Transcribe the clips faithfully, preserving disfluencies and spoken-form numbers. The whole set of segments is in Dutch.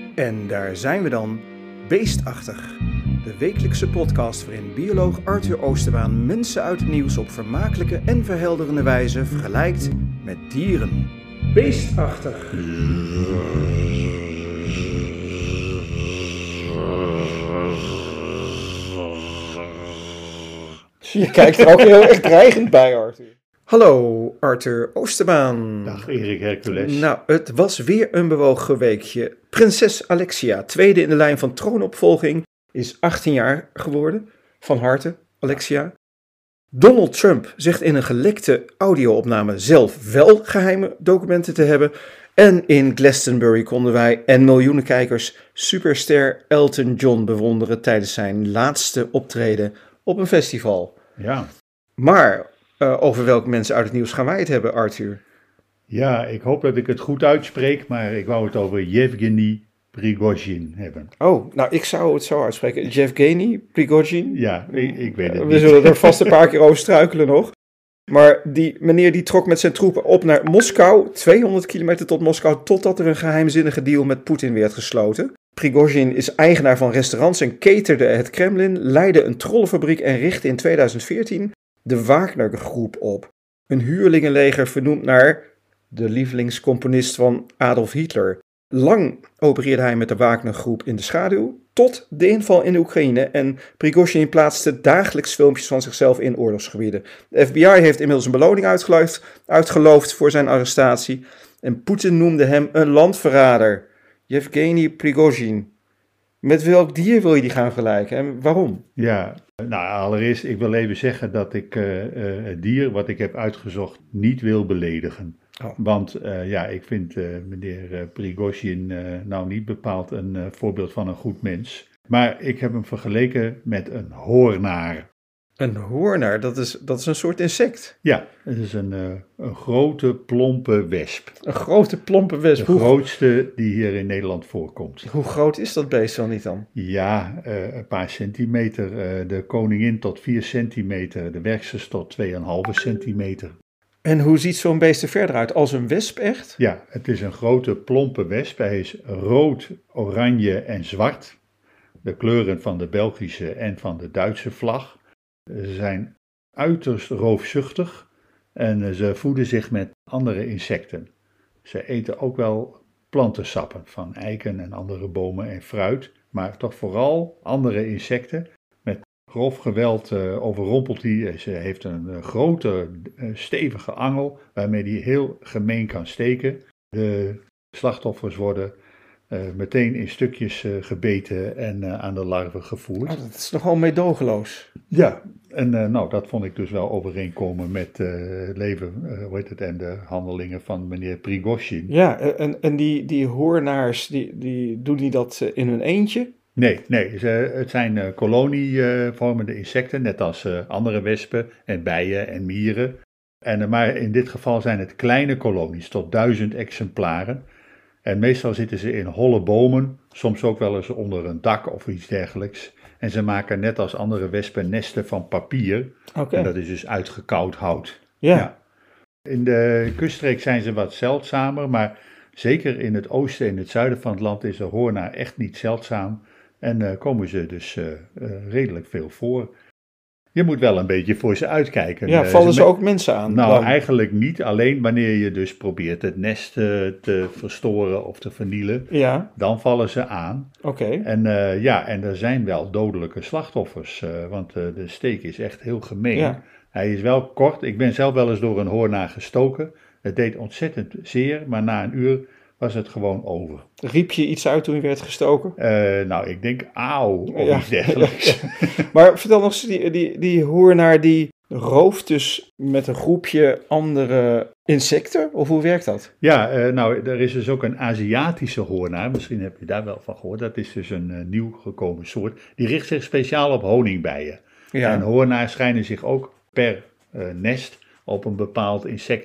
En daar zijn we dan, Beestachtig. De wekelijkse podcast waarin bioloog Arthur Oosterbaan mensen uit het nieuws op vermakelijke en verhelderende wijze vergelijkt met dieren. Beestachtig. Je kijkt er ook heel erg dreigend bij, Arthur. Hallo, Arthur Oosterbaan. Dag Erik Hercules. Nou, het was weer een bewogen weekje. Prinses Alexia, tweede in de lijn van troonopvolging, is achttien jaar geworden. Van harte, Alexia. Donald Trump zegt in een gelekte audio-opname zelf wel geheime documenten te hebben. En in Glastonbury konden wij en miljoenen kijkers superster Elton John bewonderen tijdens zijn laatste optreden op een festival. Ja. Maar uh, over welke mensen uit het nieuws gaan wij het hebben, Arthur? Ja, ik hoop dat ik het goed uitspreek, maar ik wou het over Yevgeny Prigozhin hebben. Oh, nou ik zou het zo uitspreken. Yevgeny Prigozhin? Ja, ik, ik weet het We niet. zullen er vast een paar keer over struikelen nog. Maar die meneer die trok met zijn troepen op naar Moskou, tweehonderd kilometer tot Moskou, totdat er een geheimzinnige deal met Poetin werd gesloten. Prigozhin is eigenaar van restaurants en caterde het Kremlin, leidde een trollenfabriek en richtte in tweeduizend veertien de Wagner-groep op. Een huurlingenleger vernoemd naar de lievelingscomponist van Adolf Hitler. Lang opereerde hij met de Wagner-groep in de schaduw, tot de inval in de Oekraïne, en Prigozhin plaatste dagelijks filmpjes van zichzelf in oorlogsgebieden. De F B I heeft inmiddels een beloning uitgeloofd, uitgeloofd voor zijn arrestatie en Poetin noemde hem een landverrader. Yevgeny Prigozhin. Met welk dier wil je die gaan vergelijken en waarom? Ja, nou allereerst, ik wil even zeggen dat ik uh, uh, het dier wat ik heb uitgezocht niet wil beledigen. Oh. Want uh, ja, ik vind uh, meneer uh, Prigozhin uh, nou niet bepaald een uh, voorbeeld van een goed mens. Maar ik heb hem vergeleken met een hoornaar. Een hoornaar, dat is, dat is een soort insect. Ja, het is een, uh, een grote, plompe wesp. Een grote, plompe wesp. De hoe... grootste die hier in Nederland voorkomt. Hoe groot is dat beest dan niet dan? Ja, uh, een paar centimeter. Uh, de koningin tot vier centimeter, de werksters tot twee komma vijf centimeter. En hoe ziet zo'n beest er verder uit? Als een wesp echt? Ja, het is een grote, plompe wesp. Hij is rood, oranje en zwart. De kleuren van de Belgische en van de Duitse vlag. Ze zijn uiterst roofzuchtig en ze voeden zich met andere insecten. Ze eten ook wel plantensappen van eiken en andere bomen en fruit, maar toch vooral andere insecten. Met grof geweld uh, overrompelt hij. Ze heeft een uh, grote, uh, stevige angel waarmee hij heel gemeen kan steken. De slachtoffers worden Uh, meteen in stukjes uh, gebeten en uh, aan de larven gevoerd. Oh, dat is nogal meedogenloos. Ja, en uh, nou, dat vond ik dus wel overeenkomen met uh, het leven uh, hoe heet het, en de handelingen van meneer Prigozhin. Ja, en, en die, die hoornaars, die, die, doen die dat in hun eentje? Nee, nee ze, het zijn uh, kolonievormende uh, insecten, net als uh, andere wespen en bijen en mieren. En, uh, maar in dit geval zijn het kleine kolonies, tot duizend exemplaren. En meestal zitten ze in holle bomen, soms ook wel eens onder een dak of iets dergelijks. En ze maken net als andere wespen nesten van papier. Okay. En dat is dus uitgekoud hout. Ja. ja. In de kuststreek zijn ze wat zeldzamer, maar zeker in het oosten en het zuiden van het land is de hoornaar echt niet zeldzaam. En uh, komen ze dus uh, uh, redelijk veel voor. Je moet wel een beetje voor ze uitkijken. Ja, vallen ze ook mensen aan? Nou, dan? eigenlijk niet. Alleen wanneer je dus probeert het nest uh, te verstoren of te vernielen, ja. dan vallen ze aan. Oké. Okay. En uh, ja, en er zijn wel dodelijke slachtoffers, uh, want uh, de steek is echt heel gemeen. Ja. Hij is wel kort. Ik ben zelf wel eens door een hoornaar gestoken. Het deed ontzettend zeer, maar na een uur was het gewoon over. Riep je iets uit toen je werd gestoken? Uh, nou, ik denk auw of ja. iets dergelijks. Maar vertel nog eens, die, die, die hoornaar die rooft dus met een groepje andere insecten? Of hoe werkt dat? Ja, uh, nou, er is dus ook een Aziatische hoornaar. Misschien heb je daar wel van gehoord. Dat is dus een uh, nieuw gekomen soort. Die richt zich speciaal op honingbijen. Ja. En hoornaars schijnen zich ook per uh, nest op een bepaald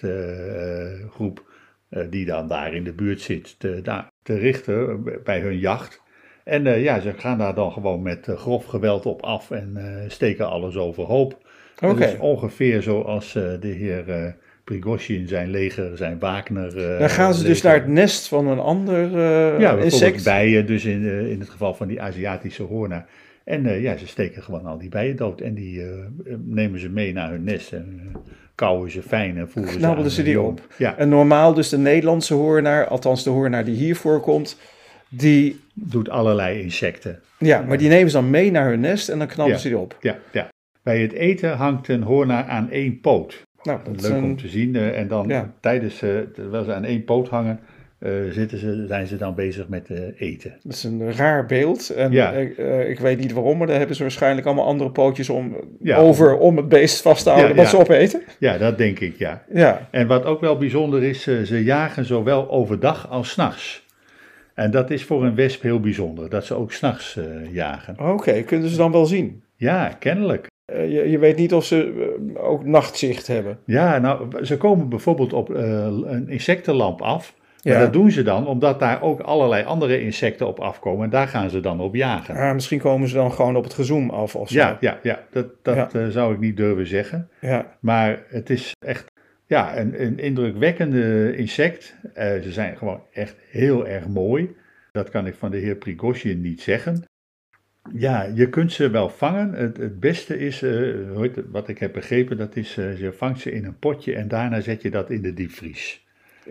insectengroep uh, uh, die dan daar in de buurt zit te, daar, te richten bij hun jacht. En uh, ja, ze gaan daar dan gewoon met uh, grof geweld op af en uh, steken alles overhoop. Okay. Dat is ongeveer zoals uh, de heer uh, Prigozhin, zijn leger, zijn Wagner uh, Dan gaan ze dus leger. naar het nest van een ander uh, ja, bijvoorbeeld insect. bijen, dus in, uh, in het geval van die Aziatische hoornaar. En uh, ja, ze steken gewoon al die bijen dood en die uh, nemen ze mee naar hun nest en uh, kauwen ze fijn en voeren Knabbelen ze, ze aan, die uh, op. Ja. En normaal dus de Nederlandse hoornaar, althans de hoornaar die hier voorkomt, die... Doet allerlei insecten. Ja, maar die nemen ze dan mee naar hun nest en dan knappen Ja. ze die op. Ja, ja. Bij het eten hangt een hoornaar aan één poot. Nou, dat is Leuk een... om te zien. uh, en dan Ja. tijdens, uh, terwijl ze aan één poot hangen, uh, zitten ze, zijn ze dan bezig met uh, eten. Dat is een raar beeld. En Ja. ik, uh, ik weet niet waarom, maar daar hebben ze waarschijnlijk allemaal andere pootjes om, Ja. over om het beest vast te houden Ja, wat ja. ze opeten. Ja, dat denk ik, ja. Ja. En wat ook wel bijzonder is, uh, ze jagen zowel overdag als 's nachts. En dat is voor een wesp heel bijzonder, dat ze ook 's nachts uh, jagen. Oké, okay, kunnen ze dan wel zien? Ja, kennelijk. Uh, je, je weet niet of ze uh, ook nachtzicht hebben. Ja, nou, ze komen bijvoorbeeld op uh, een insectenlamp af. Maar Ja. dat doen ze dan omdat daar ook allerlei andere insecten op afkomen. En daar gaan ze dan op jagen. Ah, misschien komen ze dan gewoon op het gezoem af of zo. Ja, ja, ja, dat, dat Ja. Uh, zou ik niet durven zeggen. Ja. Maar het is echt ja, een, een indrukwekkende insect. Uh, ze zijn gewoon echt heel erg mooi. Dat kan ik van de heer Prigozhin niet zeggen. Ja, je kunt ze wel vangen. Het, het beste is, uh, wat ik heb begrepen, dat is, uh, je vangt ze in een potje en daarna zet je dat in de diepvries.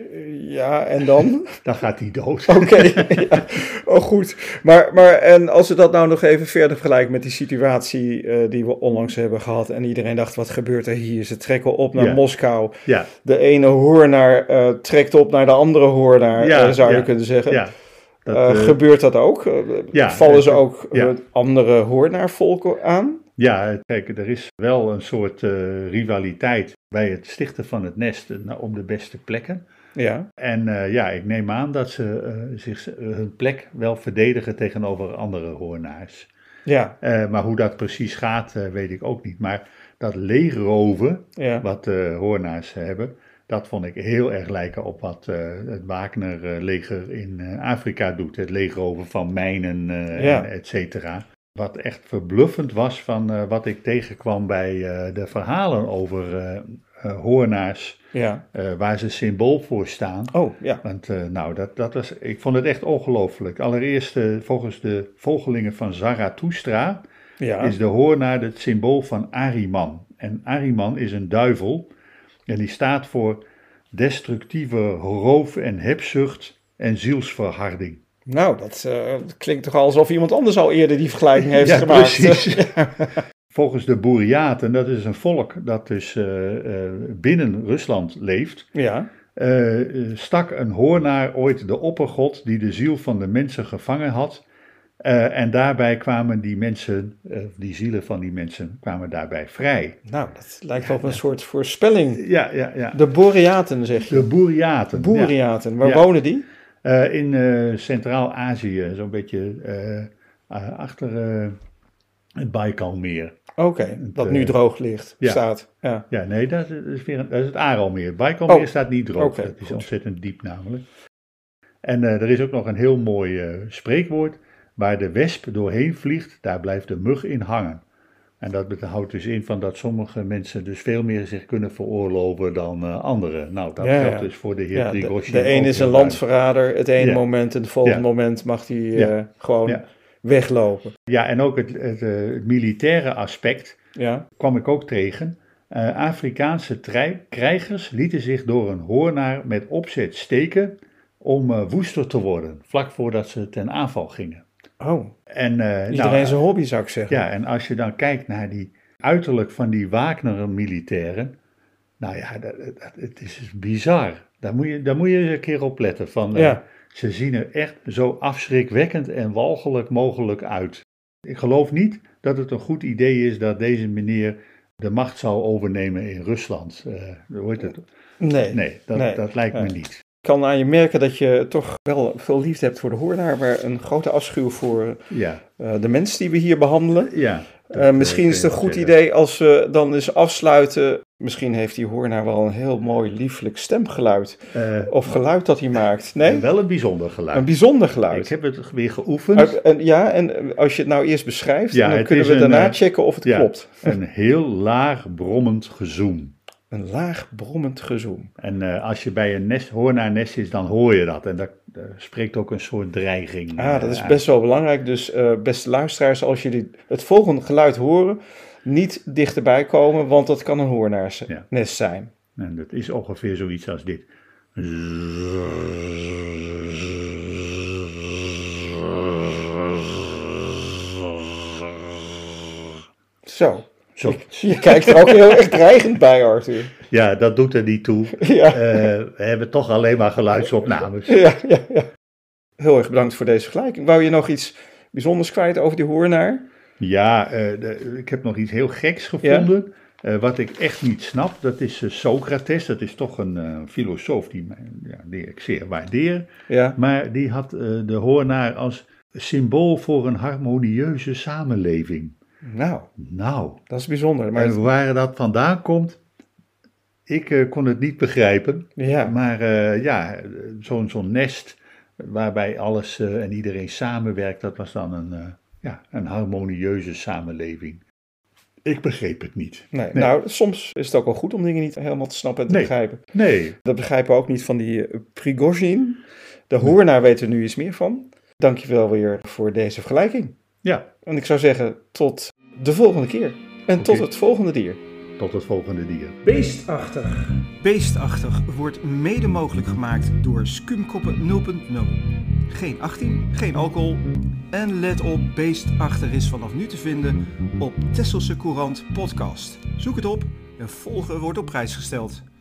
Ja, en dan? Dan gaat hij dood. Oké, okay, ja. Oh goed. Maar, maar en als we dat nou nog even verder vergelijken met die situatie uh, die we onlangs hebben gehad en iedereen dacht, wat gebeurt er hier? Ze trekken op naar Ja. Moskou. Ja. De ene hoornaar uh, trekt op naar de andere hoornaar, Ja, uh, zou je ja, kunnen zeggen. Ja. Dat, uh, uh, gebeurt dat ook? Uh, ja, vallen ze uh, ook uh, ja. andere hoornaarvolken aan? Ja, kijk, er is wel een soort uh, rivaliteit bij het stichten van het nest uh, om de beste plekken. Ja. En uh, ja, ik neem aan dat ze uh, zich, uh, hun plek wel verdedigen tegenover andere hoornaars. Ja. Uh, maar hoe dat precies gaat, uh, weet ik ook niet. Maar dat leegroven, ja. wat de uh, hoornaars hebben, dat vond ik heel erg lijken op wat uh, het Wagner-leger in uh, Afrika doet. Het leegroven van mijnen, uh, ja. en et cetera. Wat echt verbluffend was van uh, wat ik tegenkwam bij uh, de verhalen over uh, uh, hoornaars, ja. uh, waar ze symbool voor staan. Oh, ja. Want uh, nou, dat, dat was, ik vond het echt ongelooflijk. Allereerst, uh, volgens de volgelingen van Zarathustra, ja. is de hoornaar het symbool van Ahriman. En Ahriman is een duivel en die staat voor destructieve roof en hebzucht en zielsverharding. Nou, dat uh, klinkt toch alsof iemand anders al eerder die vergelijking heeft ja, gemaakt. Precies. Ja. Volgens de Boeriaten, dat is een volk dat dus uh, uh, binnen Rusland leeft, ja. uh, stak een hoornaar ooit de oppergod die de ziel van de mensen gevangen had. Uh, en daarbij kwamen die mensen, uh, die zielen van die mensen, kwamen daarbij vrij. Nou, dat lijkt wel op een soort voorspelling. Ja, ja, ja. De Boeriaten, zeg je. De Boeriaten. Boeriaten, ja. Waar ja. wonen die? Uh, in uh, Centraal-Azië, zo'n beetje uh, uh, achter uh, het Baikalmeer. Oké, okay, dat uh, nu droog ligt, ja. staat. Ja. ja, nee, dat is, weer een, dat is het Aralmeer. Het Baikalmeer oh. staat niet droog, okay, dat is goed. Ontzettend diep namelijk. En uh, er is ook nog een heel mooi uh, spreekwoord. Waar de wesp doorheen vliegt, daar blijft de mug in hangen. En dat houdt dus in van dat sommige mensen dus veel meer zich kunnen veroorloven dan uh, anderen. Nou, dat ja, geldt ja. dus voor de heer ja, Prigozhin. De, de een is een landverrader, het ene ja. moment en het volgende ja. moment mag hij uh, ja. gewoon ja. weglopen. Ja, en ook het, het, het militaire aspect ja. kwam ik ook tegen. Uh, Afrikaanse trij- krijgers lieten zich door een hoornaar met opzet steken om uh, woester te worden, vlak voordat ze ten aanval gingen. Oh, en, uh, iedereen nou, zijn hobby zou ik zeggen. Ja, en als je dan kijkt naar die uiterlijk van die Wagner-militairen, nou ja, dat, dat, het is bizar. Daar moet je, daar moet je eens een keer op letten. Van, uh, ja. Ze zien er echt zo afschrikwekkend en walgelijk mogelijk uit. Ik geloof niet dat het een goed idee is dat deze meneer de macht zou overnemen in Rusland. Uh, hoort het? Nee. Nee, dat, nee. dat lijkt nee. me niet. Ik kan aan je merken dat je toch wel veel liefde hebt voor de hoornaar, maar een grote afschuw voor ja. uh, de mensen die we hier behandelen. Ja, dat, uh, misschien uh, is het een goed zeggen. idee als we dan eens afsluiten. Misschien heeft die hoornaar wel een heel mooi lieflijk stemgeluid. Uh, of geluid dat hij maakt. Nee? Wel een bijzonder geluid. Een bijzonder geluid. Ik heb het weer geoefend. Uh, en, ja, en als je het nou eerst beschrijft, ja, dan kunnen we daarna een, checken of het ja, klopt. Een heel laag brommend gezoem. Een laag brommend gezoem. En uh, als je bij een nest, hoornaarnest is, dan hoor je dat. En dat uh, spreekt ook een soort dreiging. Ah, dat is best wel belangrijk. Dus uh, beste luisteraars, als jullie het volgende geluid horen, niet dichterbij komen, want dat kan een hoornaarnest ja. zijn. En dat is ongeveer zoiets als dit. Zo. Zo. Je, je kijkt er ook heel erg dreigend bij, Arthur. Ja, dat doet er niet toe. Ja. Uh, we hebben toch alleen maar geluidsopnames. Ja, ja, ja. Heel erg bedankt voor deze vergelijking. Wou je nog iets bijzonders kwijt over die hoornaar? Ja, uh, de, ik heb nog iets heel geks gevonden. Ja? Uh, wat ik echt niet snap, dat is uh, Socrates. Dat is toch een uh, filosoof die, ja, die ik zeer waardeer. Ja. Maar die had uh, de hoornaar als symbool voor een harmonieuze samenleving. Nou, nou, dat is bijzonder. Maar en waar dat vandaan komt, ik uh, kon het niet begrijpen. Ja. Maar uh, ja, zo'n zo'n nest waarbij alles uh, en iedereen samenwerkt, dat was dan een, uh, ja, een harmonieuze samenleving. Ik begreep het niet. Nee, nee. Nou, soms is het ook wel goed om dingen niet helemaal te snappen en te nee. begrijpen. Nee. Dat begrijpen we ook niet van die uh, Prigozhin. De hoornaar weten we nu iets meer van. Dank je wel weer voor deze vergelijking. Ja. En ik zou zeggen, tot de volgende keer. En tot okay. het volgende dier. Tot het volgende dier. Beestachtig. Beestachtig wordt mede mogelijk gemaakt door Skumkoppen nul punt nul. Geen achttien, geen alcohol. En let op, Beestachtig is vanaf nu te vinden op Tesselse Courant podcast. Zoek het op en volgen wordt op prijs gesteld.